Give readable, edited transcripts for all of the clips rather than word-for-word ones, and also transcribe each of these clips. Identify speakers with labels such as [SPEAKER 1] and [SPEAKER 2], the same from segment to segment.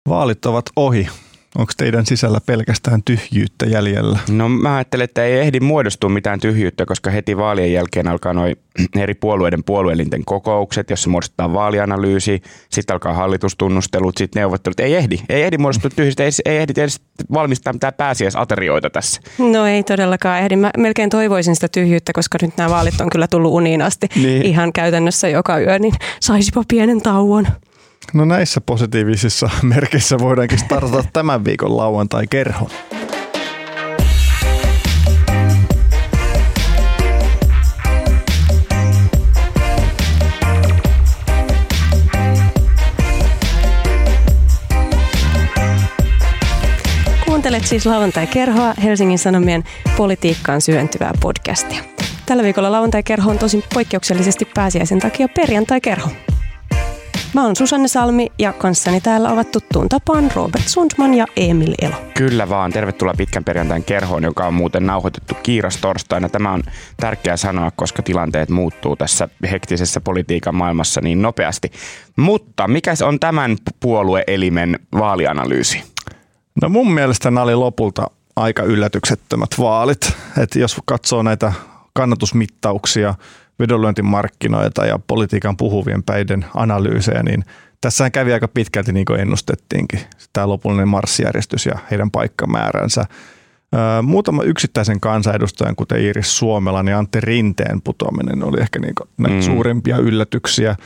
[SPEAKER 1] Vaalit ovat ohi. Onko teidän sisällä pelkästään tyhjyyttä jäljellä?
[SPEAKER 2] No mä ajattelen, että ei ehdi muodostua mitään tyhjyyttä, koska heti vaalien jälkeen alkaa noi eri puolueiden puolueelinten kokoukset, jossa muodostetaan vaalianalyysi, sitten alkaa hallitustunnustelut, sitten neuvottelut. Ei ehdi muodostua tyhjyyttä, ei ehdi edes valmistaa mitään pääsiäisaterioita tässä.
[SPEAKER 3] No ei todellakaan ehdi. Mä melkein toivoisin sitä tyhjyyttä, koska nyt nämä vaalit on kyllä tullut uniin asti ihan käytännössä joka yö, niin saisipa pienen tauon.
[SPEAKER 1] No näissä positiivisissa merkeissä voidaankin startata tämän viikon lauantai-kerhon.
[SPEAKER 3] Kuuntelet siis lauantai-kerhoa, Helsingin Sanomien politiikkaan syventyvää podcastia. Tällä viikolla lauantai-kerho on tosin poikkeuksellisesti pääsiäisen takia perjantai-kerho. Mä oon Susanne Salmi ja kanssani täällä ovat tuttuun tapaan Robert Sundman ja Emil Elo.
[SPEAKER 2] Kyllä vaan. Tervetuloa pitkän perjantain kerhoon, joka on muuten nauhoitettu kiirastorstaina. Tämä on tärkeää sanoa, koska tilanteet muuttuu tässä hektisessä politiikan maailmassa niin nopeasti. Mutta mikä on tämän puolueelimen vaalianalyysi?
[SPEAKER 1] No mun mielestä nämä oli lopulta aika yllätyksettömät vaalit. Et jos katsoo näitä kannatusmittauksia, vedonlyöntimarkkinoita ja politiikan puhuvien päiden analyysejä, niin tässähän kävi aika pitkälti niin kuin ennustettiinkin. Tämä lopullinen marssijärjestys ja heidän paikkamääränsä. Muutama yksittäisen kansanedustajan, kuten Iiris Suomela ja Antti Rinteen putoaminen oli ehkä niin näitä suurimpia yllätyksiä.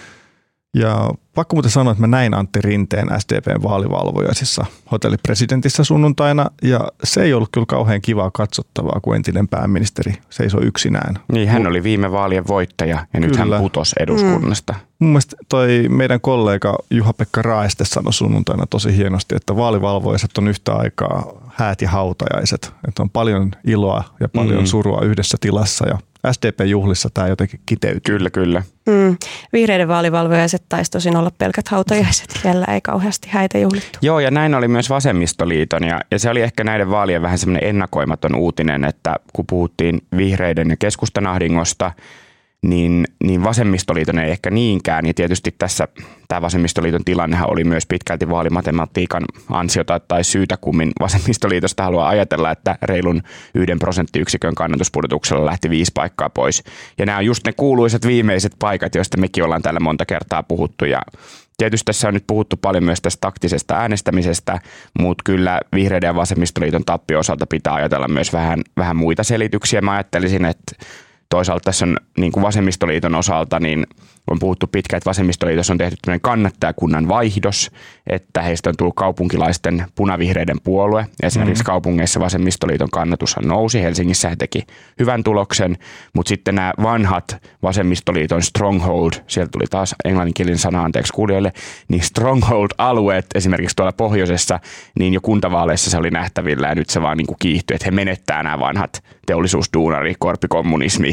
[SPEAKER 1] Ja pakko muuten sanoa, että mä näin Antti Rinteen SDPn vaalivalvojaisissa hotellipresidentissä sunnuntaina, ja se ei ollut kyllä kauhean kivaa katsottavaa, kun entinen pääministeri seisoi yksinään.
[SPEAKER 2] Niin, hän oli viime vaalien voittaja, ja nyt hän putosi eduskunnasta.
[SPEAKER 1] Mun mielestä toi meidän kollega Juha-Pekka Raeste sanoi sunnuntaina tosi hienosti, että vaalivalvojaiset on yhtä aikaa häät ja hautajaiset. Että on paljon iloa ja paljon surua yhdessä tilassa, ja SDP-juhlissa tämä jotenkin kiteytyy.
[SPEAKER 2] Kyllä.
[SPEAKER 3] Vihreiden vaalivalvojaiset taisi tosin olla pelkät hautajaiset. Siellä ei kauheasti häitä juhlittu.
[SPEAKER 2] Joo, ja näin oli myös Vasemmistoliiton. Ja se oli ehkä näiden vaalien vähän semmoinen ennakoimaton uutinen, että kun puhuttiin vihreiden ja keskustan ahdingosta, niin Vasemmistoliiton ei ehkä niinkään. Ja tietysti tässä tämä Vasemmistoliiton tilannehan oli myös pitkälti vaalimatematiikan ansiota tai syytä, kummin Vasemmistoliitosta haluaa ajatella, että reilun 1 prosenttiyksikön kannatuspudotuksella lähti 5 paikkaa pois. Ja nämä on just ne kuuluisat viimeiset paikat, joista mekin ollaan täällä monta kertaa puhuttu. Ja tietysti tässä on nyt puhuttu paljon myös tästä taktisesta äänestämisestä, mutta kyllä vihreiden ja Vasemmistoliiton tappion osalta pitää ajatella myös vähän muita selityksiä. Mä ajattelisin, että toisaalta tässä on niin kuin Vasemmistoliiton osalta, niin on puhuttu pitkään, että Vasemmistoliitossa on tehty tämmöinen kannattajakunnan vaihdos, että heistä on tullut kaupunkilaisten punavihreiden puolue. Esimerkiksi kaupungeissa Vasemmistoliiton kannatushan nousi, Helsingissä he teki hyvän tuloksen, mutta sitten nämä vanhat Vasemmistoliiton stronghold, sieltä tuli taas englanninkielinen sana, anteeksi kuulijoille, niin stronghold-alueet esimerkiksi tuolla pohjoisessa, niin jo kuntavaaleissa se oli nähtävillä ja nyt se vaan niin kuin kiihtyi, että he menettää nämä vanhat teollisuusduunari, korpikommunismi,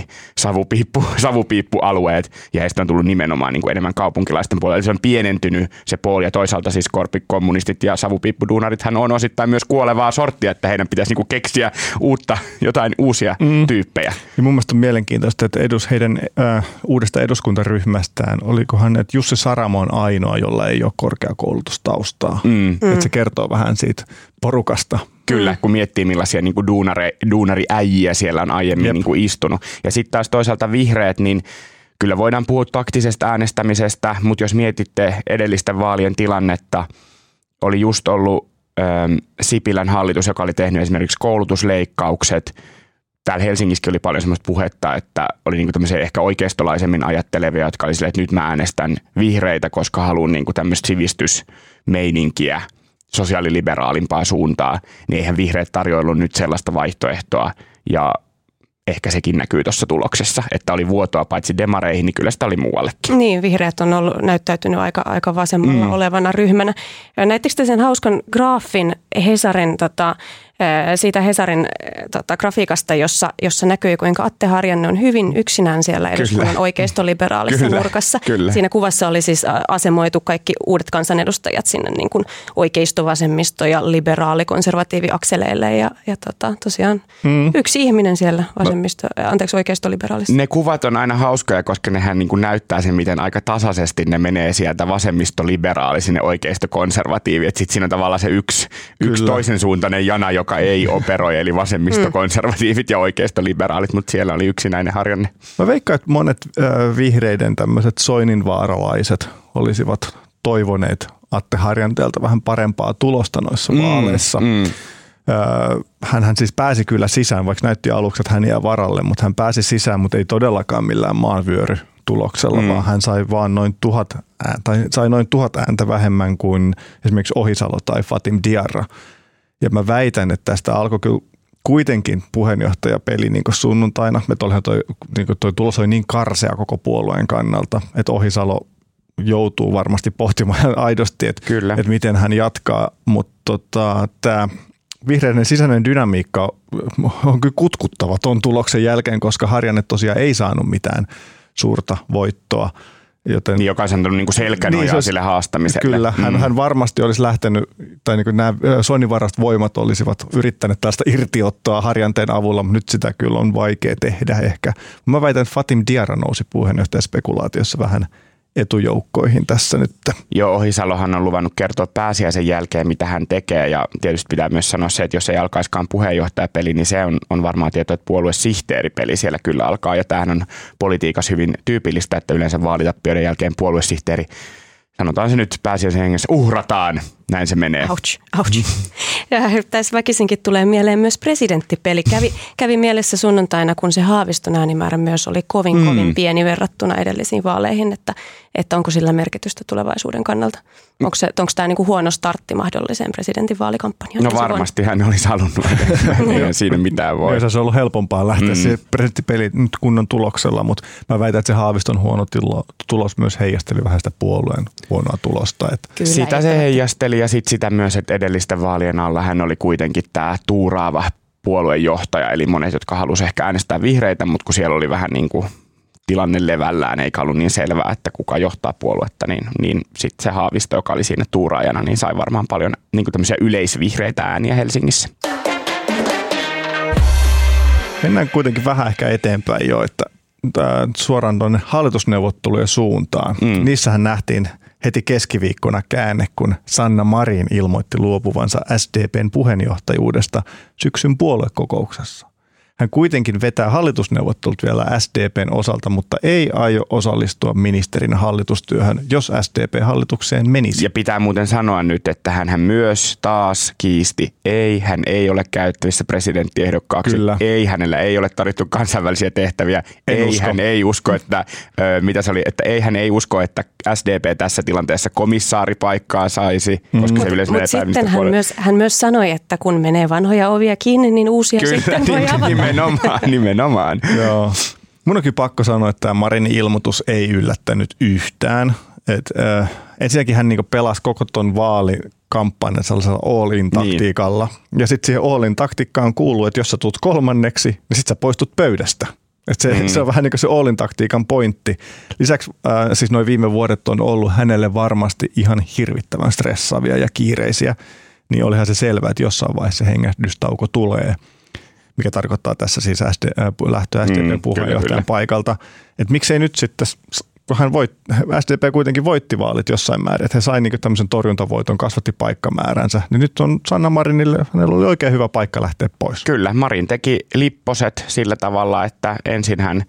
[SPEAKER 2] savupiippualueet ja heistä on tullut nimenomaan niin kuin enemmän kaupunkilaisten puolella. Eli se on pienentynyt se puoli ja toisaalta siis korpikommunistit ja savupiippuduunarithan on osittain myös kuolevaa sorttia, että heidän pitäisi niin kuin keksiä jotain uusia tyyppejä.
[SPEAKER 1] Ja mun mielestä on mielenkiintoista, että heidän uudesta eduskuntaryhmästään, olikohan, että Jussi Saramo on ainoa, jolla ei ole korkeakoulutustaustaa. Että se kertoo vähän siitä porukasta.
[SPEAKER 2] Kyllä, kun miettii millaisia niin kuin duunariäjiä siellä on aiemmin niin kuin istunut. Ja sitten taas toisaalta vihreät, niin kyllä voidaan puhua taktisesta äänestämisestä, mutta jos mietitte edellisten vaalien tilannetta, oli just ollut Sipilän hallitus, joka oli tehnyt esimerkiksi koulutusleikkaukset. Täällä Helsingissäkin oli paljon sellaista puhetta, että oli niinku tämmöisiä ehkä oikeistolaisemmin ajattelevia, jotka oli silleen, että nyt mä äänestän vihreitä, koska haluan niinku tämmöistä sivistysmeininkiä sosiaaliliberaalimpaa suuntaa, niin eihän vihreät tarjoillut nyt sellaista vaihtoehtoa ja ehkä sekin näkyy tuossa tuloksessa, että oli vuotoa paitsi demareihin, niin kyllä sitä oli muuallekin.
[SPEAKER 3] Niin, vihreät on näyttäytynyt aika vasemmalla olevana ryhmänä. Näittekö te sen hauskan graafin Hesarin siitä Hesarin grafiikasta, jossa näkyy, kuinka Atte Harjanne on hyvin yksinään siellä eduskunnan oikeistoliberaalissa nurkassa.
[SPEAKER 2] Kyllä.
[SPEAKER 3] Siinä kuvassa oli siis asemoitu kaikki uudet kansanedustajat sinne niin kuin oikeisto-vasemmisto- ja liberaali-konservatiivi-akseleille ja tosiaan yksi ihminen siellä oikeistoliberaalissa.
[SPEAKER 2] Ne kuvat on aina hauskoja, koska nehän niin kuin näyttää sen, miten aika tasaisesti ne menee sieltä vasemmistoliberaali sinne oikeisto-konservatiivi. Sitten siinä on tavallaan se yksi toisen suuntainen jana, joka ei operoi, eli vasemmistokonservatiivit ja oikeistoliberaalit, mutta siellä oli yksinäinen Harjanne.
[SPEAKER 1] Mä veikkaan, että monet vihreiden tämmöiset soininvaaralaiset olisivat toivoneet Atte Harjanteelta vähän parempaa tulosta noissa vaaleissa. Hänhän siis pääsi kyllä sisään, vaikka näytti aluksi, että hän jää varalle, mutta hän pääsi sisään, mutta ei todellakaan millään maanvyörytuloksella, vaan hän sai vaan noin 1000 ääntä vähemmän kuin esimerkiksi Ohisalo tai Fatim Diarra. Ja mä väitän, että tästä alkoi kyllä kuitenkin puheenjohtajapeli niin kuin sunnuntaina. Toi tulos oli niin karsea koko puolueen kannalta, että Ohisalo joutuu varmasti pohtimaan aidosti, että miten hän jatkaa. Mutta tämä vihreiden sisäinen dynamiikka on kyllä kutkuttava ton tuloksen jälkeen, koska Harjanne tosiaan ei saanut mitään suurta voittoa.
[SPEAKER 2] Joten, joka on antanut niin selkänojaa sille haastamiselle.
[SPEAKER 1] Kyllä, hän varmasti olisi lähtenyt, tai niin nämä soininvaraiset voimat olisivat yrittäneet tästä irtiottoa Harjanteen avulla, mutta nyt sitä kyllä on vaikea tehdä ehkä. Mä väitän, että Fatim Diarra nousi puheenjohtajaspekulaatiossa vähän etujoukkoihin tässä nyt.
[SPEAKER 2] Joo, Ohisalohan on luvannut kertoa pääsiäisen jälkeen, mitä hän tekee, ja tietysti pitää myös sanoa se, että jos ei alkaiskaan puheenjohtajapeli, niin se on varmaan tietoa, että puoluesihteeripeli siellä kyllä alkaa, ja tämähän on politiikassa hyvin tyypillistä, että yleensä vaalitappioiden jälkeen puoluesihteeri, sanotaan se nyt pääsiäisen hengessä, uhrataan. Näin se menee.
[SPEAKER 3] Ouch. Ja tässä väkisinkin tulee mieleen myös presidenttipeli. Kävi mielessä sunnuntaina, kun se Haaviston äänimäärä myös oli kovin pieni verrattuna edellisiin vaaleihin, että onko sillä merkitystä tulevaisuuden kannalta. Onko tämä niinku huono startti mahdolliseen presidentin vaalikampanjaan?
[SPEAKER 2] No varmasti hän olisi halunnut. Ei siinä mitään voi.
[SPEAKER 1] Se olisi ollut helpompaa lähteä se presidenttipeli nyt kunnon tuloksella, mutta mä väitän, että se Haaviston huono tulos myös heijasteli vähän sitä puolueen huonoa tulosta.
[SPEAKER 3] Kyllä,
[SPEAKER 2] sitä se heijasteli. Ja sitten sitä myös, että edellisten vaalien alla hän oli kuitenkin tämä tuuraava puoluejohtaja, eli monet, jotka halusivat ehkä äänestää vihreitä, mutta kun siellä oli vähän niin kuin tilanne levällään, eikä ollut niin selvää, että kuka johtaa puoluetta, niin sitten se Haavisto, joka oli siinä tuuraajana, niin sai varmaan paljon niin kuin tämmöisiä yleisvihreitä ääniä Helsingissä.
[SPEAKER 1] Mennään kuitenkin vähän ehkä eteenpäin jo, että suoraan tuonne hallitusneuvottelujen suuntaan. Niissähän nähtiin heti keskiviikkona käänne, kun Sanna Marin ilmoitti luopuvansa SDPn puheenjohtajuudesta syksyn puoluekokouksessa. Hän kuitenkin vetää hallitusneuvottelut vielä SDPn osalta, mutta ei aio osallistua ministerin hallitustyöhön, jos SDP hallitukseen menisi.
[SPEAKER 2] Ja pitää muuten sanoa nyt, että hän myös taas kiisti, hän ei ole käyttävissä presidenttiehdokkaaksi. Kyllä. Hänellä ei ole tarjottu kansainvälisiä tehtäviä. Hän ei usko, että hän ei usko, että SDP tässä tilanteessa komissaaripaikkaa saisi, koska se yleensä menee pääministeripuolelle.
[SPEAKER 3] Sitten hän myös sanoi, että kun menee vanhoja ovia kiinni, niin uusia kyllä, sitten voi avata.
[SPEAKER 2] Nimenomaan.
[SPEAKER 1] Joo. Mun onkin pakko sanoa, että tämä Marinin ilmoitus ei yllättänyt yhtään. Ensinnäkin hän niinku pelasi koko ton vaalikampanjan sellaisella all-in-taktiikalla. Niin. Ja sitten siihen all-in-taktiikkaan kuuluu, että jos sä tulet kolmanneksi, niin sit sä poistut pöydästä. Se on vähän niin kuin se all-in-taktiikan pointti. Lisäksi siis noin viime vuodet on ollut hänelle varmasti ihan hirvittävän stressaavia ja kiireisiä. Niin olihan se selvää, että jossain vaiheessa se hengähdystauko tulee. Mikä tarkoittaa tässä siis lähtöä SDP-puheenjohtajan paikalta. Että miksei nyt sitten, kun SDP kuitenkin voitti vaalit jossain määrin, että he sai niin tämmöisen torjuntavoiton, kasvatti paikkamääränsä, niin nyt on Sanna Marinille, hänellä oli oikein hyvä paikka lähteä pois.
[SPEAKER 2] Kyllä, Marin teki lipposet sillä tavalla, että ensin hän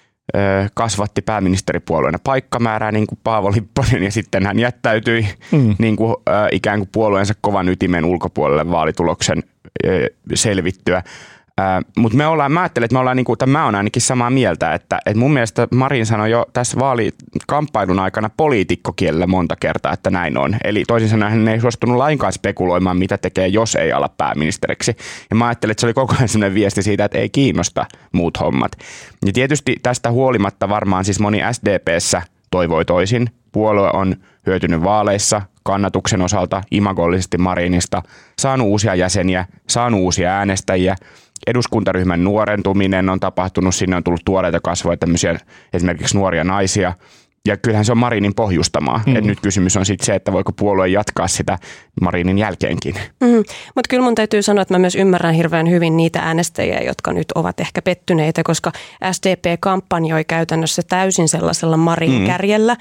[SPEAKER 2] kasvatti pääministeripuolueena paikkamäärää niin kuin Paavo Lipponen ja sitten hän jättäytyi niin kuin, ikään kuin puolueensa kovan ytimen ulkopuolelle vaalituloksen selvittyä. Mutta mä ajattelen, että mä oon ainakin samaa mieltä, että mun mielestä Marin sanoi jo tässä vaalikamppailun aikana poliitikkokielellä monta kertaa, että näin on. Eli toisin sanoen hän ei suostunut lainkaan spekuloimaan, mitä tekee, jos ei ala pääministeriksi. Ja mä ajattelin, että se oli koko ajan sellainen viesti siitä, että ei kiinnosta muut hommat. Ja tietysti tästä huolimatta varmaan siis moni SDP:ssä toivoi toisin. Puolue on hyötynyt vaaleissa, kannatuksen osalta imagollisesti Marinista, saanut uusia jäseniä, saanut uusia äänestäjiä. Eduskuntaryhmän nuorentuminen on tapahtunut, sinne on tullut tuoreita kasvoja, tämmöisiä esimerkiksi nuoria naisia. Ja kyllähän se on Marinin pohjustamaa. Et nyt kysymys on sitten se, että voiko puolue jatkaa sitä Marinin jälkeenkin.
[SPEAKER 3] Mutta kyllä mun täytyy sanoa, että mä myös ymmärrän hirveän hyvin niitä äänestäjiä, jotka nyt ovat ehkä pettyneitä, koska SDP kampanjoi käytännössä täysin sellaisella Marinin kärjellä.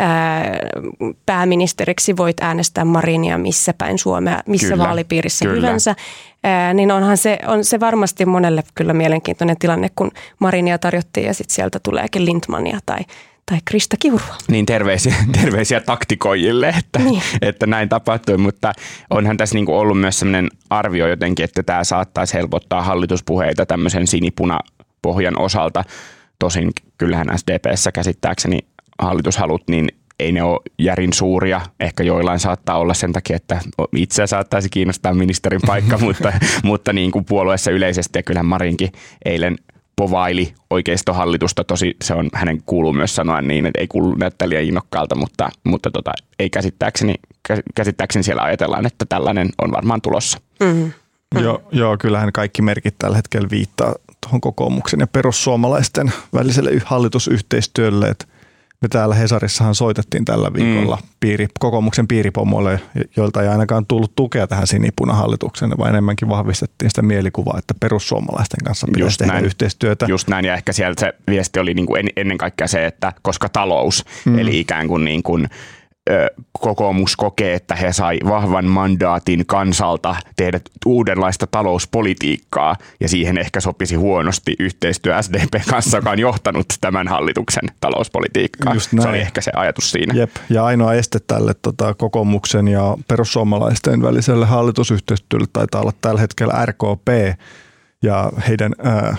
[SPEAKER 3] Pääministeriksi voit äänestää Marinia missä päin Suomea, missä vaalipiirissä hyvänsä. Niin on se varmasti monelle kyllä mielenkiintoinen tilanne, kun Marinia tarjottiin ja sitten sieltä tuleekin Lindtmania tai Krista Kiurua.
[SPEAKER 2] Niin terveisiä taktikoijille, että näin tapahtui, mutta onhan tässä niinku ollut myös sellainen arvio jotenkin, että tämä saattaisi helpottaa hallituspuheita tämmöisen sinipunapohjan osalta. Tosin kyllähän SDP:ssä käsittääkseni hallitushalut, niin ei ne ole järin suuria. Ehkä joillain saattaa olla sen takia, että itseä saattaisi kiinnostaa ministerin paikka, mutta niin kuin puolueessa yleisesti, ja kyllähän Marinkin eilen povaili oikeistohallitusta, tosi se on, hänen kuuluu myös sanoa niin, että ei kuulu näyttää liian innokkaalta, mutta ei käsittääkseni siellä ajatellaan, että tällainen on varmaan tulossa.
[SPEAKER 1] Joo, kyllähän kaikki merkit tällä hetkellä viittaa tuohon kokoomuksen ja perussuomalaisten väliselle hallitusyhteistyölle, että me täällä Hesarissahan soitettiin tällä viikolla kokoomuksen piiripomoille, joilta ei ainakaan tullut tukea tähän sinipunahallitukseen, vaan enemmänkin vahvistettiin sitä mielikuvaa, että perussuomalaisten kanssa pitäisi tehdä yhteistyötä.
[SPEAKER 2] Just näin, ja ehkä sieltä se viesti oli niin kuin ennen kaikkea se, että koska talous, eli ikään kuin kokoomus kokee, että he sai vahvan mandaatin kansalta tehdä uudenlaista talouspolitiikkaa ja siihen ehkä sopisi huonosti yhteistyö SDP kanssa, joka on johtanut tämän hallituksen talouspolitiikkaa. Se oli ehkä se ajatus siinä.
[SPEAKER 1] Jep. Ja ainoa este tälle kokoomuksen ja perussuomalaisten väliselle hallitusyhteistyölle taitaa olla tällä hetkellä RKP ja heidän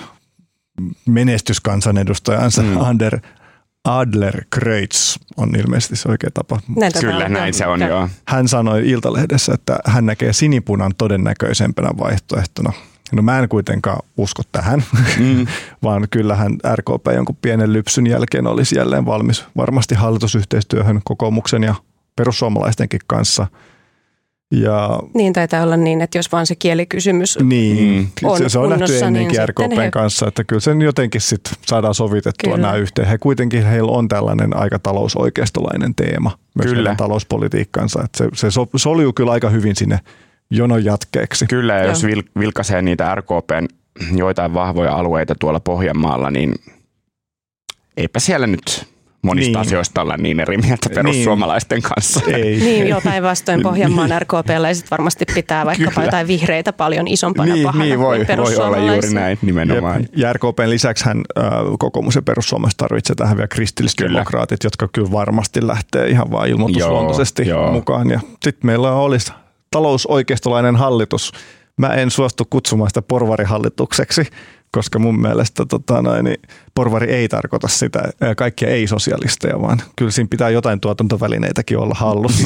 [SPEAKER 1] menestyskansanedustajansa Adlercreutz on ilmeisesti se oikea tapa.
[SPEAKER 2] Kyllä, näin se on, joo.
[SPEAKER 1] Hän sanoi Iltalehdessä, että hän näkee sinipunan todennäköisempänä vaihtoehtona. No mä en kuitenkaan usko tähän, vaan kyllähän RKP jonkun pienen lypsyn jälkeen olisi jälleen valmis varmasti hallitusyhteistyöhön kokoomuksen ja perussuomalaistenkin kanssa. Ja
[SPEAKER 3] niin taitaa olla niin, että jos vaan se kielikysymys on
[SPEAKER 1] se on nähty ennenkin
[SPEAKER 3] niin
[SPEAKER 1] RKPn kanssa, että kyllä sen jotenkin sit saadaan sovitettua nämä yhteen. Heillä on tällainen aika talousoikeistolainen teema myös heidän talouspolitiikkansa, että se soljuu kyllä aika hyvin sinne jonon jatkeeksi.
[SPEAKER 2] Kyllä, ja jos vilkaisee niitä RKPn joitain vahvoja alueita tuolla Pohjanmaalla, niin eipä siellä nyt monista asioista ollaan niin eri mieltä perussuomalaisten kanssa.
[SPEAKER 3] Päinvastoin Pohjanmaan RKP:läiset varmasti pitää vaikkapa jotain vihreitä paljon isompana pahana kuin perussuomalaisia.
[SPEAKER 2] Voi olla juuri näin nimenomaan.
[SPEAKER 1] Ja RKPn lisäksi kokoomus ja perussuomalaiset tarvitsee tähän vielä kristillisdemokraatit, jotka kyllä varmasti lähtee ihan vaan ilmoitusluontoisesti mukaan. Ja sitten meillä olisi talousoikeistolainen hallitus. Mä en suostu kutsumaan sitä porvarihallitukseksi, koska mun mielestä porvari ei tarkoita sitä kaikkia ei-sosialisteja, vaan kyllä siinä pitää jotain tuotantovälineitäkin olla hallussa,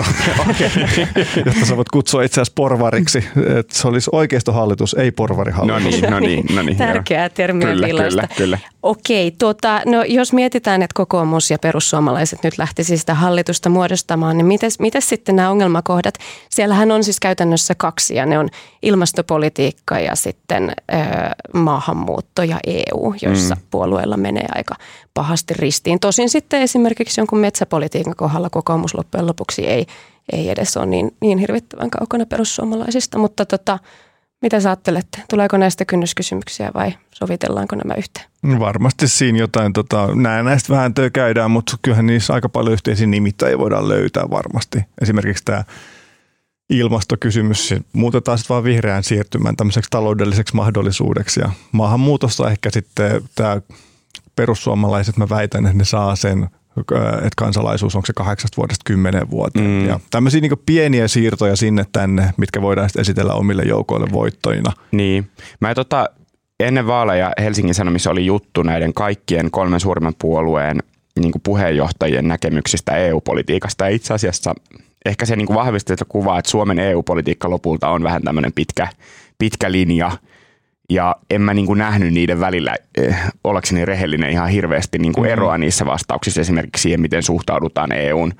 [SPEAKER 1] jotta sä voit kutsua itse asiassa porvariksi. Että se olisi oikeistohallitus, ei porvarihallitus.
[SPEAKER 2] No niin.
[SPEAKER 3] Tärkeää termiä villaista.
[SPEAKER 2] Kyllä.
[SPEAKER 3] Okei, no jos mietitään, että kokoomus ja perussuomalaiset nyt lähtisi sitä hallitusta muodostamaan, niin miten sitten nämä ongelmakohdat? Siellähän on siis käytännössä kaksi, ja ne on ilmastopolitiikka ja sitten maahanmuutto ja EU, joissa puolueilla menee aika pahasti ristiin. Tosin sitten esimerkiksi jonkun metsäpolitiikan kohdalla kokoomus loppujen lopuksi ei edes ole niin hirvittävän kaukana perussuomalaisista, mutta mitä sä ajattelette? Tuleeko näistä kynnyskysymyksiä vai sovitellaanko nämä yhteen?
[SPEAKER 1] Varmasti siinä jotain, näistä vääntöä käydään, mutta kyllähän niissä aika paljon yhteisiä nimittäjiä voidaan löytää varmasti. Esimerkiksi tämä ilmastokysymys, muutetaan sitten vaan vihreään siirtymään tämmöiseksi taloudelliseksi mahdollisuudeksi. Ja maahanmuutosta ehkä sitten tämä perussuomalaiset, mä väitän, että ne saa sen, että kansalaisuus onko se 8 vuodesta 10 vuoteen. Ja tämmöisiä niin pieniä siirtoja sinne tänne, mitkä voidaan sitten esitellä omille joukoille voittoina.
[SPEAKER 2] Niin. Mä ennen vaaleja Helsingin Sanomissa oli juttu näiden kaikkien 3 suurimman puolueen niin puheenjohtajien näkemyksistä EU-politiikasta. Ja itse asiassa ehkä se niin vahvisti sitä kuvaa, että Suomen EU-politiikka lopulta on vähän tämmöinen pitkä linja. Ja en mä niin kuin nähnyt niiden välillä, ollakseni rehellinen, ihan hirveästi niin kuin eroa niissä vastauksissa esimerkiksi siihen, miten suhtaudutaan EUn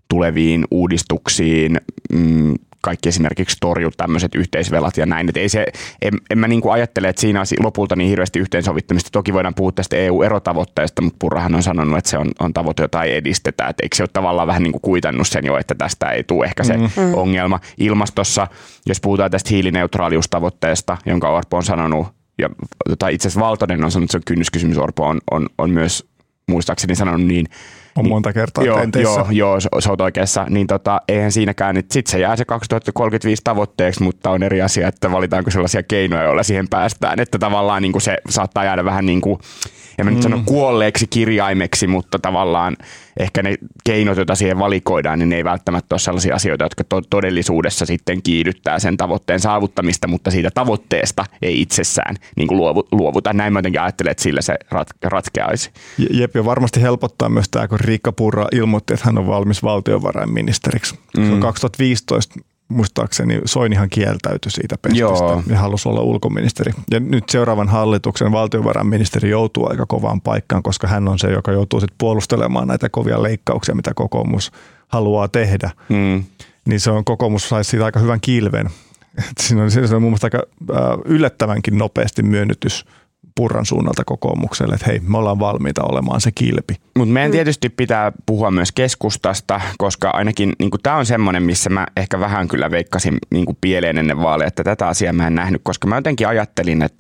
[SPEAKER 2] tuleviin uudistuksiin, kaikki esimerkiksi torjut tämmöiset yhteisvelat ja näin. Et ei se, en mä niinku ajattele, että siinä on lopulta niin hirveästi yhteensovittamista. Toki voidaan puhua tästä EU-erotavoitteesta, mutta Purrahan on sanonut, että se on tavoite, jota ei edistetä. Et eikö se ole tavallaan vähän niin kuin kuitannut sen jo, että tästä ei tule ehkä se ongelma. Ilmastossa, jos puhutaan tästä hiilineutraaliustavoitteesta, jonka Orpo on sanonut, tai itse asiassa Valtonen on sanonut, että se on kynnyskysymys, Orpo on myös muistaakseni sanonut niin.
[SPEAKER 1] On monta kertaa tenteissä.
[SPEAKER 2] Joo, se on oikeassa. Niin eihän siinäkään, että sitten se jää se 2035 tavoitteeksi, mutta on eri asia, että valitaanko sellaisia keinoja, joilla siihen päästään. Että tavallaan niin kuin se saattaa jäädä vähän niin kuin, en mä nyt sano kuolleeksi kirjaimeksi, mutta tavallaan ehkä ne keinot, joita siihen valikoidaan, niin ne ei välttämättä ole sellaisia asioita, jotka todellisuudessa sitten kiihdyttää sen tavoitteen saavuttamista, mutta siitä tavoitteesta ei itsessään niin kuin luovuta. Näin mä jotenkin ajattelen, että sillä se ratkeaisi.
[SPEAKER 1] Jep, ja varmasti helpottaa myös tämä, kun Riikka Purra ilmoitti, että hän on valmis valtiovarainministeriksi. Se on 2015. Muistaakseni Soinihan kieltäytyi siitä pestistä ja halusi olla ulkoministeri. Ja nyt seuraavan hallituksen valtiovarainministeri joutuu aika kovaan paikkaan, koska hän on se, joka joutuu sitten puolustelemaan näitä kovia leikkauksia, mitä kokoomus haluaa tehdä. Niin se on, kokoomus saisi siitä aika hyvän kilven. Siinä on mun mielestä aika yllättävänkin nopeasti myönnytys Purran suunnalta kokoomukselle, että hei, me ollaan valmiita olemaan se kilpi.
[SPEAKER 2] Mutta meidän tietysti pitää puhua myös keskustasta, koska ainakin niin tämä on semmoinen, missä mä ehkä vähän kyllä veikkasin niin pieleen ennen vaaleja, että tätä asiaa mä en nähnyt, koska mä jotenkin ajattelin, että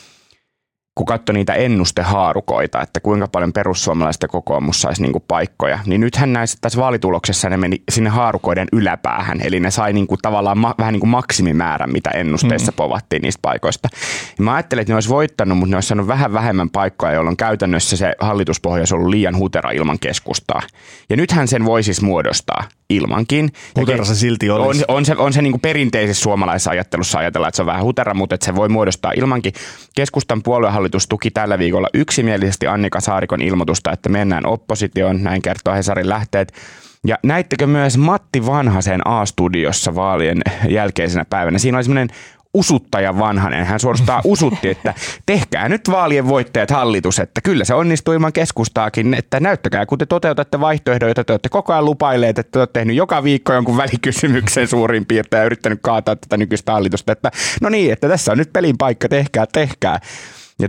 [SPEAKER 2] kun katsoi niitä ennustehaarukoita, että kuinka paljon perussuomalaiset ja kokoomus saisi niinku paikkoja, niin nythän tässä vaalituloksessa ne meni sinne haarukoiden yläpäähän, eli ne sai niinku tavallaan vähän niin kuin maksimimäärän, mitä ennusteissa povattiin niistä paikoista. Ja mä ajattelin, että ne olisi voittanut, mutta ne olisi saanut vähän vähemmän paikkoja, jolloin käytännössä se hallituspohja olisi ollut liian hutera ilman keskustaa. Ja nythän sen voi siis muodostaa ilmankin.
[SPEAKER 1] Hutera se silti olisi.
[SPEAKER 2] On se niin kuin perinteisessä suomalaisessa ajattelussa ajatella, että se on vähän hutera, mutta että se voi muodostaa ilmankin. Keskustan puoluehallitus tuki tällä viikolla yksimielisesti Annika Saarikon ilmoitusta, että mennään oppositioon, näin kertoo Hesarin lähteet. Ja näittekö myös Matti Vanhasen A-studiossa vaalien jälkeisenä päivänä? Siinä oli semmoinen usuttaja Vanhanen. Hän suorastaan usutti, että tehkää nyt vaalien voittajat hallitus, että kyllä se onnistuu ilman keskustaakin, että näyttäkää, kun te toteutatte vaihtoehdon, jota te olette koko ajan lupailleet, että te olette tehnyt joka viikko jonkun välikysymyksen suurin piirtein ja yrittänyt kaataa tätä nykyistä hallitusta, että no niin, että tässä on nyt pelin paikka, tehkää. Ja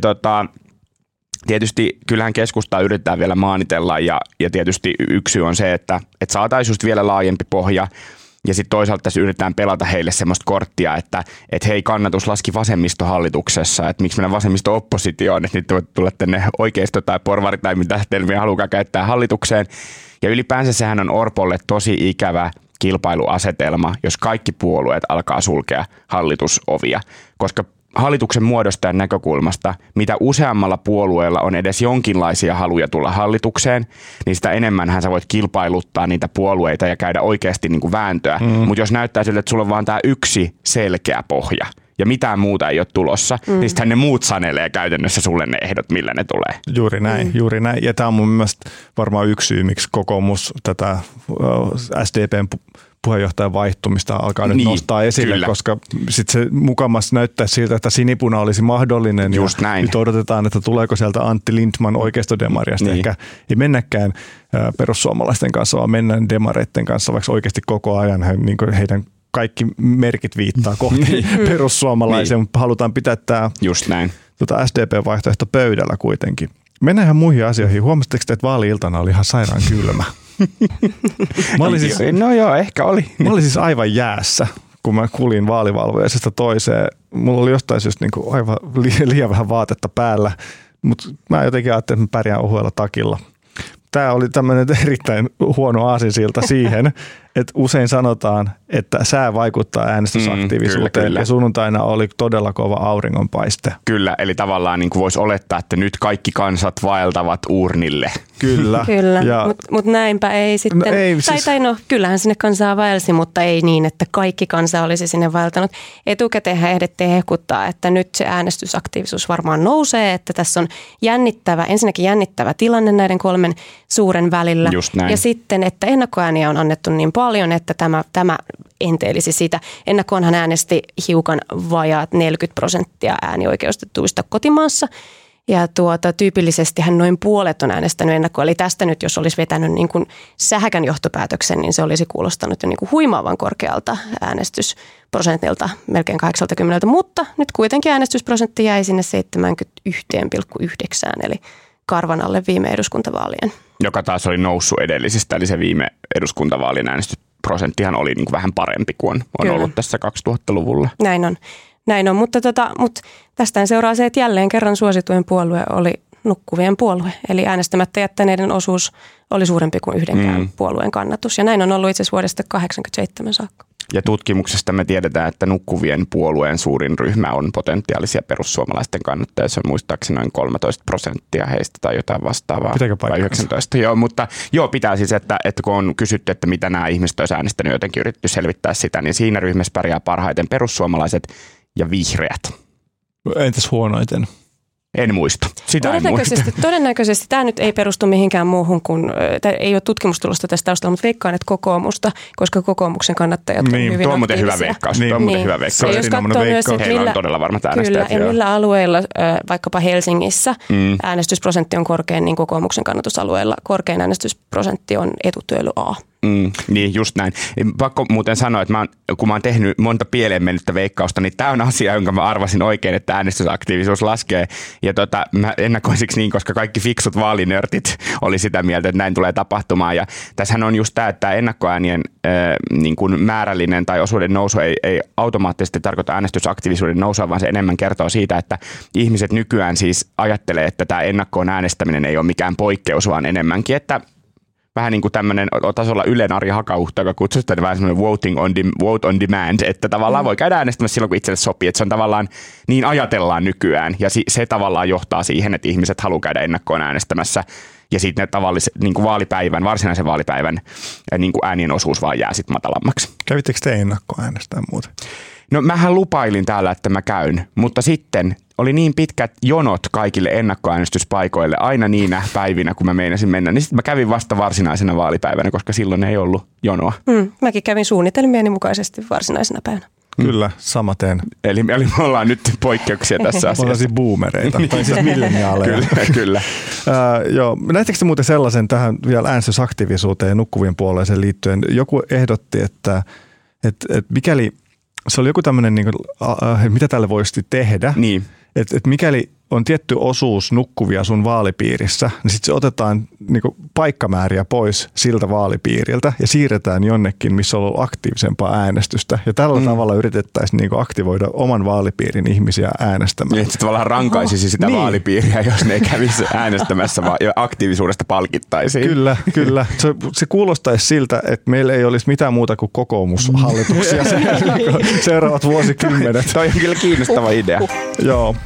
[SPEAKER 2] tietysti kyllähän keskustaa yritetään vielä maanitella ja tietysti yksi on se, että saataisiin just vielä laajempi pohja. Ja sitten toisaalta tässä yritetään pelata heille semmoista korttia, että hei, kannatus laski vasemmistohallituksessa, että miksi mennään vasemmisto-oppositioon, että nyt voi tulla tänne oikeisto tai porvari tai mitä termiä haluaa käyttää hallitukseen. Ja ylipäänsä sehän on Orpolle tosi ikävä kilpailuasetelma, jos kaikki puolueet alkaa sulkea hallitusovia, koska hallituksen muodostajan näkökulmasta, mitä useammalla puolueella on edes jonkinlaisia haluja tulla hallitukseen, niin sitä enemmänhän sä voit kilpailuttaa niitä puolueita ja käydä oikeasti niin kuin vääntöä. Mutta jos näyttää siltä, että sulla on vaan tämä yksi selkeä pohja ja mitään muuta ei ole tulossa, niin sitten ne muut sanelee käytännössä sulle ne ehdot, millä ne tulee.
[SPEAKER 1] Juuri näin. Ja tämä on mun mielestä varmaan yksi syy, miksi kokoomus tätä SDPn puheenjohtajan vaihtumista alkaa nyt nostaa esille, kyllä. Koska sitten se mukamassa näyttää siltä, että sinipuna olisi mahdollinen.
[SPEAKER 2] Just
[SPEAKER 1] ja
[SPEAKER 2] näin.
[SPEAKER 1] Nyt odotetaan, että tuleeko sieltä Antti Lindtman oikeistodemariasta. Niin. Ehkä ei mennäkään perussuomalaisten kanssa, vaan mennään demareiden kanssa, vaikka oikeasti koko ajan heidän kaikki merkit viittaa kohti perussuomalaisia, mutta halutaan pitää tämä SDP-vaihtoehto pöydällä kuitenkin. Mennään ihan muihin asioihin. Huomasitteko, että vaali-iltana oli ihan sairaan kylmä?
[SPEAKER 2] No joo, ehkä oli.
[SPEAKER 1] Mä olin siis aivan jäässä, kun mä kulin vaalivalvojaisesta toiseen. Mulla oli jostain syystä niin aivan liian vähän vaatetta päällä, mutta mä jotenkin ajattelin, että mä pärjään ohuella takilla. Tämä oli tämmöinen erittäin huono aasinsilta siihen, että usein sanotaan, että sää vaikuttaa äänestysaktiivisuuteen kyllä. Ja sunnuntaina oli todella kova auringonpaiste.
[SPEAKER 2] Kyllä, eli tavallaan niin kuin voisi olettaa, että nyt kaikki kansat vaeltavat uurnille.
[SPEAKER 1] Kyllä.
[SPEAKER 3] Mutta näinpä ei sitten. Kyllähän sinne kansaa vaelsi, mutta ei niin, että kaikki kansa olisi sinne vaeltanut. Etukäteenhän ehdettiin hehkuttaa, että nyt se äänestysaktiivisuus varmaan nousee, että tässä on ensinnäkin jännittävä tilanne näiden kolmen suuren välillä. Ja sitten, että ennakkoääniä on annettu niin paljon, että tämä enteelisi sitä. Ennakkoonhan äänesti hiukan vajaat 40% äänioikeustetuista kotimaassa. Ja tyypillisestihän noin puolet on äänestänyt ennakkoa. Eli tästä nyt, jos olisi vetänyt niin kuin sähäkän johtopäätöksen, niin se olisi kuulostanut jo niin kuin huimaavan korkealta äänestysprosentilta, melkein 80. Mutta nyt kuitenkin äänestysprosentti jäi sinne 71,9, eli karvan alle viime eduskuntavaalien.
[SPEAKER 2] Joka taas oli noussut edellisistä, eli se viime eduskuntavaalien äänestysprosenttihan oli niin kuin vähän parempi kuin on ollut tässä 2000-luvulla.
[SPEAKER 3] Näin on, mutta tästä seuraa se, että jälleen kerran suosituin puolue oli nukkuvien puolue. Eli äänestämättä jättäneiden osuus oli suurempi kuin yhdenkään puolueen kannatus. Ja näin on ollut itse asiassa vuodesta 1987 saakka.
[SPEAKER 2] Ja tutkimuksesta me tiedetään, että nukkuvien puolueen suurin ryhmä on potentiaalisia perussuomalaisten kannattajia. Se on muistaakseni noin 13% heistä tai jotain vastaavaa.
[SPEAKER 1] Pitääkö paikkaa?
[SPEAKER 2] 19. Joo, mutta pitää siis, että kun on kysytty, että mitä nämä ihmiset olisivat äänestänyt, jotenkin yritetty selvittää sitä, niin siinä ryhmässä pärjää parhaiten perussuomalaiset ja vihreät.
[SPEAKER 1] Entäs huonoiten?
[SPEAKER 2] En muista.
[SPEAKER 3] Todennäköisesti tämä nyt ei perustu mihinkään muuhun kuin, ei ole tutkimustulosta tästä taustalla, mutta veikkaan, että kokoomusta, koska kokoomuksen kannattajat on hyvin aktiivisia.
[SPEAKER 2] Tuo on muuten hyvä veikkaus. Hyvä veikkaus.
[SPEAKER 3] Ja jos katsoo myös, että
[SPEAKER 2] heillä on todella varmat äänestäjät.
[SPEAKER 3] Kyllä, ja millä alueilla, vaikkapa Helsingissä, äänestysprosentti on korkein, niin kokoomuksen kannatusalueella korkein äänestysprosentti on etutyöly A.
[SPEAKER 2] Niin, just näin. Pakko muuten sanoa, että kun mä oon tehnyt monta pieleen mennyttä veikkausta, niin tämä on asia, jonka mä arvasin oikein, että äänestysaktiivisuus laskee. Ja mä ennakoin siksi niin, koska kaikki fiksut vaalinörtit oli sitä mieltä, että näin tulee tapahtumaan. Ja tässähän on just tämä, että ennakkoäänien niin kuin määrällinen tai osuuden nousu ei automaattisesti tarkoita äänestysaktiivisuuden nousua, vaan se enemmän kertoo siitä, että ihmiset nykyään siis ajattelee, että tämä ennakkoon äänestäminen ei ole mikään poikkeus, vaan enemmänkin, että vähän niin kuin tämmöinen tasolla Ylen Ari Hakauhta, joka kutsui sitä vähän semmoinen vote on demand, että tavallaan voi käydä äänestämässä silloin, kun itselle sopii. Että se on tavallaan, niin ajatellaan nykyään. Ja se tavallaan johtaa siihen, että ihmiset haluaa käydä ennakkoon äänestämässä. Ja sitten ne tavalliset niin kuin varsinaisen vaalipäivän niin kuin äänien osuus vaan jää sitten matalammaksi.
[SPEAKER 1] Kävittekö te ennakkoon äänestää muuten?
[SPEAKER 2] No mähän lupailin täällä, että mä käyn, mutta sitten oli niin pitkät jonot kaikille ennakkoäänestyspaikoille aina niinä päivinä, kun mä meinasin mennä. Niin sitten mä kävin vasta varsinaisena vaalipäivänä, koska silloin ei ollut jonoa.
[SPEAKER 3] Mäkin kävin suunnitelmieni mukaisesti varsinaisena päivänä.
[SPEAKER 1] Kyllä, samaten.
[SPEAKER 2] Eli me ollaan nyt poikkeuksia tässä asiassa.
[SPEAKER 1] Ollaan siis boomereita, tai siis milleniaaleja.
[SPEAKER 2] Kyllä.
[SPEAKER 1] Joo, näettekö te muuten sellaisen tähän vielä äänestysaktiivisuuteen ja nukkuvien puolueeseen liittyen? Joku ehdotti, että mikäli se oli joku tämmöinen, niin kuin, mitä tälle voisi tehdä,
[SPEAKER 2] niin.
[SPEAKER 1] Että mikäli on tietty osuus nukkuvia sun vaalipiirissä, niin sitten se otetaan niin kuin paikkamääriä pois siltä vaalipiiriltä ja siirretään jonnekin, missä on ollut aktiivisempaa äänestystä. Ja tällä tavalla yritettäisiin niin kuin aktivoida oman vaalipiirin ihmisiä äänestämään.
[SPEAKER 2] Niin, että tavallaan rankaisisi sitä vaalipiiriä, jos ne ei kävisi äänestämässä ja aktiivisuudesta palkittaisiin.
[SPEAKER 1] Kyllä. Se kuulostaisi siltä, että meillä ei olisi mitään muuta kuin kokoomushallituksia seuraavat vuosikymmenet.
[SPEAKER 2] Toi on kyllä kiinnostava idea.
[SPEAKER 1] Joo.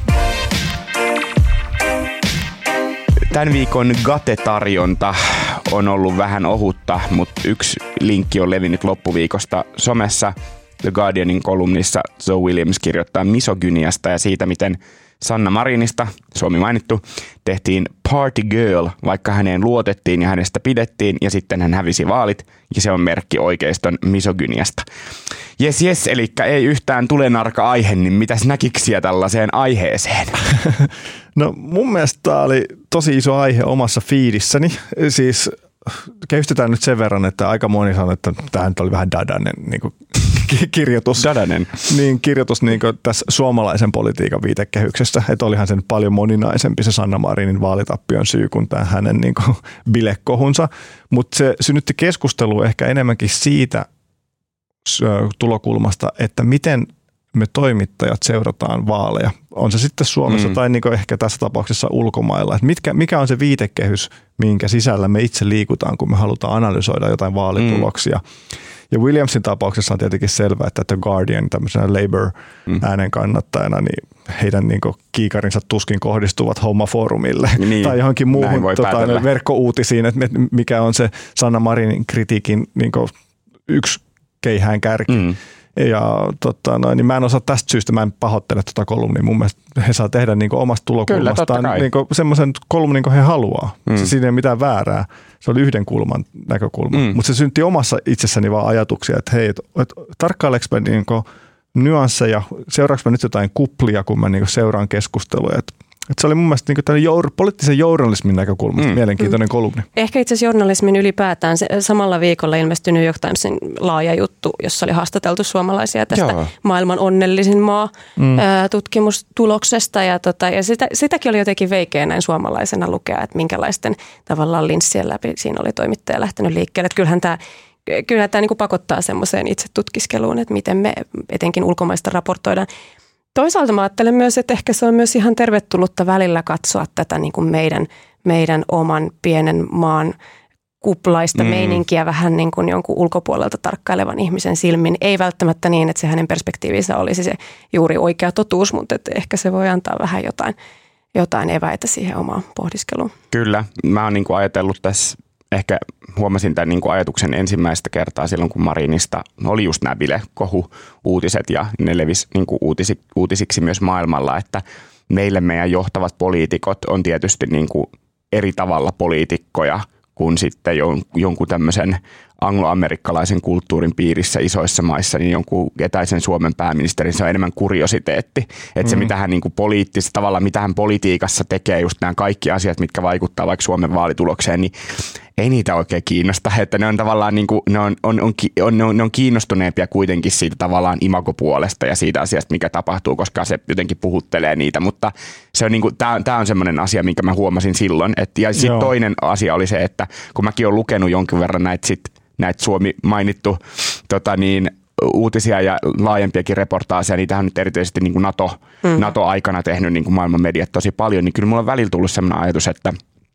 [SPEAKER 2] Tämän viikon Gate-tarjonta on ollut vähän ohutta, mutta yksi linkki on levinnyt loppuviikosta somessa. The Guardianin kolumnissa Zoe Williams kirjoittaa misogyniasta ja siitä, miten Sanna Marinista, Suomi mainittu, tehtiin party girl, vaikka häneen luotettiin ja hänestä pidettiin ja sitten hän hävisi vaalit ja se on merkki oikeiston misogyniasta. Jes, eli ei yhtään tulenarka aihe, niin mitäs näkiksiä tällaiseen aiheeseen?
[SPEAKER 1] No mun mielestä tämä oli tosi iso aihe omassa fiidissäni. Siis kehystetään nyt sen verran, että aika moni sanoi, että tämä nyt oli vähän dadanen niin kuin kirjoitus.
[SPEAKER 2] Dadanen.
[SPEAKER 1] Niin, kirjoitus niin kuin tässä suomalaisen politiikan viitekehyksessä, että olihan sen paljon moninaisempi se Sanna Marinin vaalitappion syy kuin tämä hänen niin kuin bilekohunsa. Mutta se synnytti keskustelua ehkä enemmänkin siitä tulokulmasta, että miten me toimittajat seurataan vaaleja. On se sitten Suomessa tai niin kuin ehkä tässä tapauksessa ulkomailla. Että mikä on se viitekehys, minkä sisällä me itse liikutaan, kun me halutaan analysoida jotain vaalituloksia. Ja Williamsin tapauksessa on tietenkin selvää, että The Guardian tämmöisenä Labour-äänen kannattajana, niin heidän niin kuin kiikarinsa tuskin kohdistuvat Hommaforumille tai johonkin muuhun verkkouutisiin, että mikä on se Sanna Marinin kritiikin niin kuin yksi keihään kärki. Ja niin mä en osaa tästä syystä, mä en pahoittele tuota kolumnia. Mun mielestä he saa tehdä niin kuin omasta tulokulmastaan niin kuin semmoisen kolumnin, kun he haluaa. Siinä ei ole mitään väärää. Se oli yhden kulman näkökulma. Mutta se synti omassa itsessäni vaan ajatuksia, että hei, tarkkaileks mä niin kuin nyansseja, seuraanko mä nyt jotain kuplia, kun mä niin kuin seuraan keskustelua. Et se oli mun mielestä niin poliittisen journalismin näkökulmasta mielenkiintoinen kolumni.
[SPEAKER 3] Ehkä itse asiassa journalismin ylipäätään. Samalla viikolla ilmestyi New York Timesin laaja juttu, jossa oli haastateltu suomalaisia tästä maailman onnellisin maa tutkimustuloksesta. Ja sitäkin oli jotenkin veikeä näin suomalaisena lukea, että minkälaisten tavallaan linssien läpi siinä oli toimittaja lähtenyt liikkeelle. Että kyllähän tämä niin kuin pakottaa semmoiseen itse tutkiskeluun, että miten me etenkin ulkomaista raportoidaan. Toisaalta mä ajattelen myös, että ehkä se on myös ihan tervetullutta välillä katsoa tätä niin kuin meidän oman pienen maan kuplaista meininkiä vähän niin kuin jonkun ulkopuolelta tarkkailevan ihmisen silmin. Ei välttämättä niin, että se hänen perspektiivinsä olisi se juuri oikea totuus, mutta että ehkä se voi antaa vähän jotain eväitä siihen omaan pohdiskeluun.
[SPEAKER 2] Kyllä, mä oon niin kuin ajatellut tässä. Ehkä huomasin tämän niin kuin ajatuksen ensimmäistä kertaa silloin, kun Marinista oli just nämä bilekohu-uutiset ja ne levisi niin kuin uutisiksi myös maailmalla, että meidän johtavat poliitikot on tietysti niin kuin eri tavalla poliitikkoja kuin sitten jonkun tämmöisen angloamerikkalaisen kulttuurin piirissä isoissa maissa, niin jonkun etäisen Suomen pääministerin, se on enemmän kuriositeetti. Että se, mitä hän niin kuin tavallaan mitä hän politiikassa tekee, just nämä kaikki asiat, mitkä vaikuttaa vaikka Suomen vaalitulokseen, niin ei niitä oikein kiinnosta. Että ne on tavallaan niin kuin, ne on kiinnostuneempia kuitenkin siitä tavallaan imagopuolesta ja siitä asiasta, mikä tapahtuu, koska se jotenkin puhuttelee niitä. Mutta se on niin kuin, tämä on semmoinen asia, minkä mä huomasin silloin. Ja sitten toinen asia oli se, että kun mäkin olen lukenut jonkin verran näitä Suomi mainittu uutisia ja laajempiakin reportaaseja, niitähän on nyt erityisesti niin kuin NATO-aikana tehnyt niin kuin maailman mediat tosi paljon, niin kyllä mulla on välillä tullut sellainen ajatus, että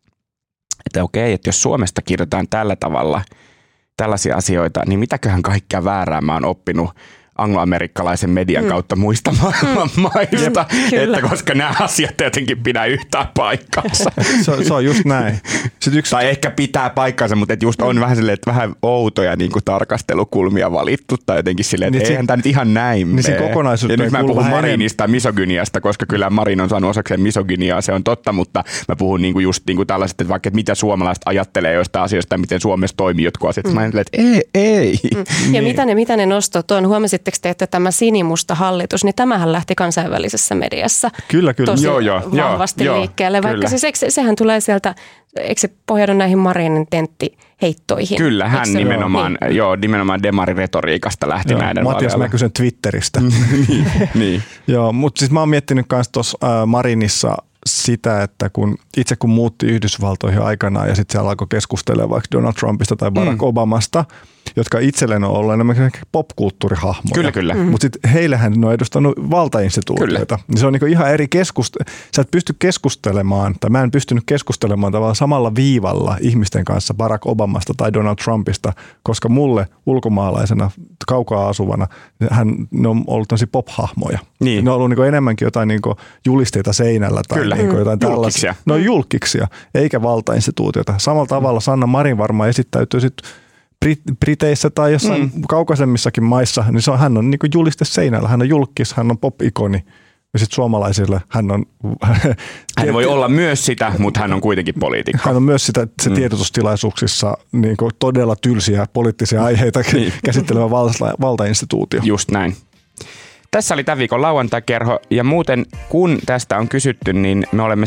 [SPEAKER 2] okei, että jos Suomesta kirjoitetaan tällä tavalla tällaisia asioita, niin mitäköhän kaikkea väärää mä oon oppinut angloamerikkalaisen median kautta muista maailman maista, että koska nämä asiat jotenkin pitää yhtään paikkaansa.
[SPEAKER 1] Se on just näin.
[SPEAKER 2] Tai ehkä pitää paikkaansa, mutta just on vähän silleen, että vähän outoja niin kuin tarkastelukulmia valittu tai jotenkin silleen, että eihän tämä nyt ihan näin
[SPEAKER 1] niin se kokonaisuus.
[SPEAKER 2] Ja nyt mä en puhu Marinista misogyniasta, koska kyllä Marin on saanut osakseen misogyniaa, se on totta, mutta mä puhun niin kuin just niin kuin tällaiset, että vaikka mitä suomalaiset ajattelee joistain asioista, miten Suomessa toimii jotkut asiat. Mä ajattelen, että ei.
[SPEAKER 3] Ja mitä ne nostot on? Huomasitteko te, että tämä sinimusta hallitus, niin tämähän lähti kansainvälisessä mediassa tosi vahvasti liikkeelle. Vaikka sehän tulee sieltä, eikö se pohjaudu näihin Marinin tenttiheittoihin?
[SPEAKER 2] Kyllä, hän nimenomaan demariretoriikasta lähti näiden
[SPEAKER 1] Matias näkyi sen Twitteristä.
[SPEAKER 2] niin.
[SPEAKER 1] Joo, mutta siis mä oon miettinyt myös tuossa Marinissa sitä, että kun muutti Yhdysvaltoihin aikanaan ja sitten se alkoi keskustella vaikka Donald Trumpista tai Barack Obamasta, jotka itselleen on ollut enemmän popkulttuurihahmoja.
[SPEAKER 2] Kyllä.
[SPEAKER 1] Mutta sitten heillähän ne on edustanut valtainstituutioita. Niin se on niinku ihan eri Sä et pysty keskustelemaan, tai mä en pystynyt keskustelemaan tavallaan samalla viivalla ihmisten kanssa Barack Obamasta tai Donald Trumpista, koska mulle ulkomaalaisena, kaukaa asuvana, ne on ollut tämmöisiä pop-hahmoja.
[SPEAKER 2] Niin.
[SPEAKER 1] Ne on ollut niinku enemmänkin jotain niinku julisteita seinällä tai niinku jotain tällaisia. Ne on julkkiksia, eikä valtainstituutioita. Samalla tavalla Sanna Marin varmaan esittäytyy sitten Briteissä tai jossain kaukaisemmissakin maissa, niin hän on niin kuin juliste seinällä. Hän on julkis, hän on pop-ikoni. Ja sitten suomalaisille hän on...
[SPEAKER 2] Hän voi olla myös sitä, mutta hän on kuitenkin poliitikko.
[SPEAKER 1] Hän on myös sitä tiedotustilaisuuksissa niin kuin todella tylsiä poliittisia aiheita käsittelevä valtainstituutio.
[SPEAKER 2] Just näin. Tässä oli tämän viikon lauantai-kerho, ja muuten kun tästä on kysytty, niin me olemme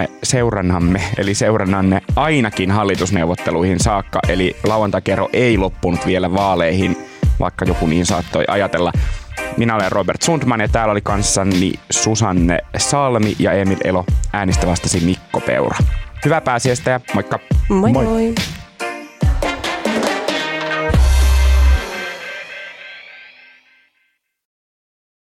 [SPEAKER 2] seurannanne ainakin hallitusneuvotteluihin saakka, eli lauantai-kerho ei loppunut vielä vaaleihin, vaikka joku niin saattoi ajatella. Minä olen Robert Sundman ja täällä oli kanssani Susanne Salmi ja Emil Elo. Äänestä vastasi Mikko Peura. Hyvää pääsiäistä ja moikka!
[SPEAKER 3] Moi moi!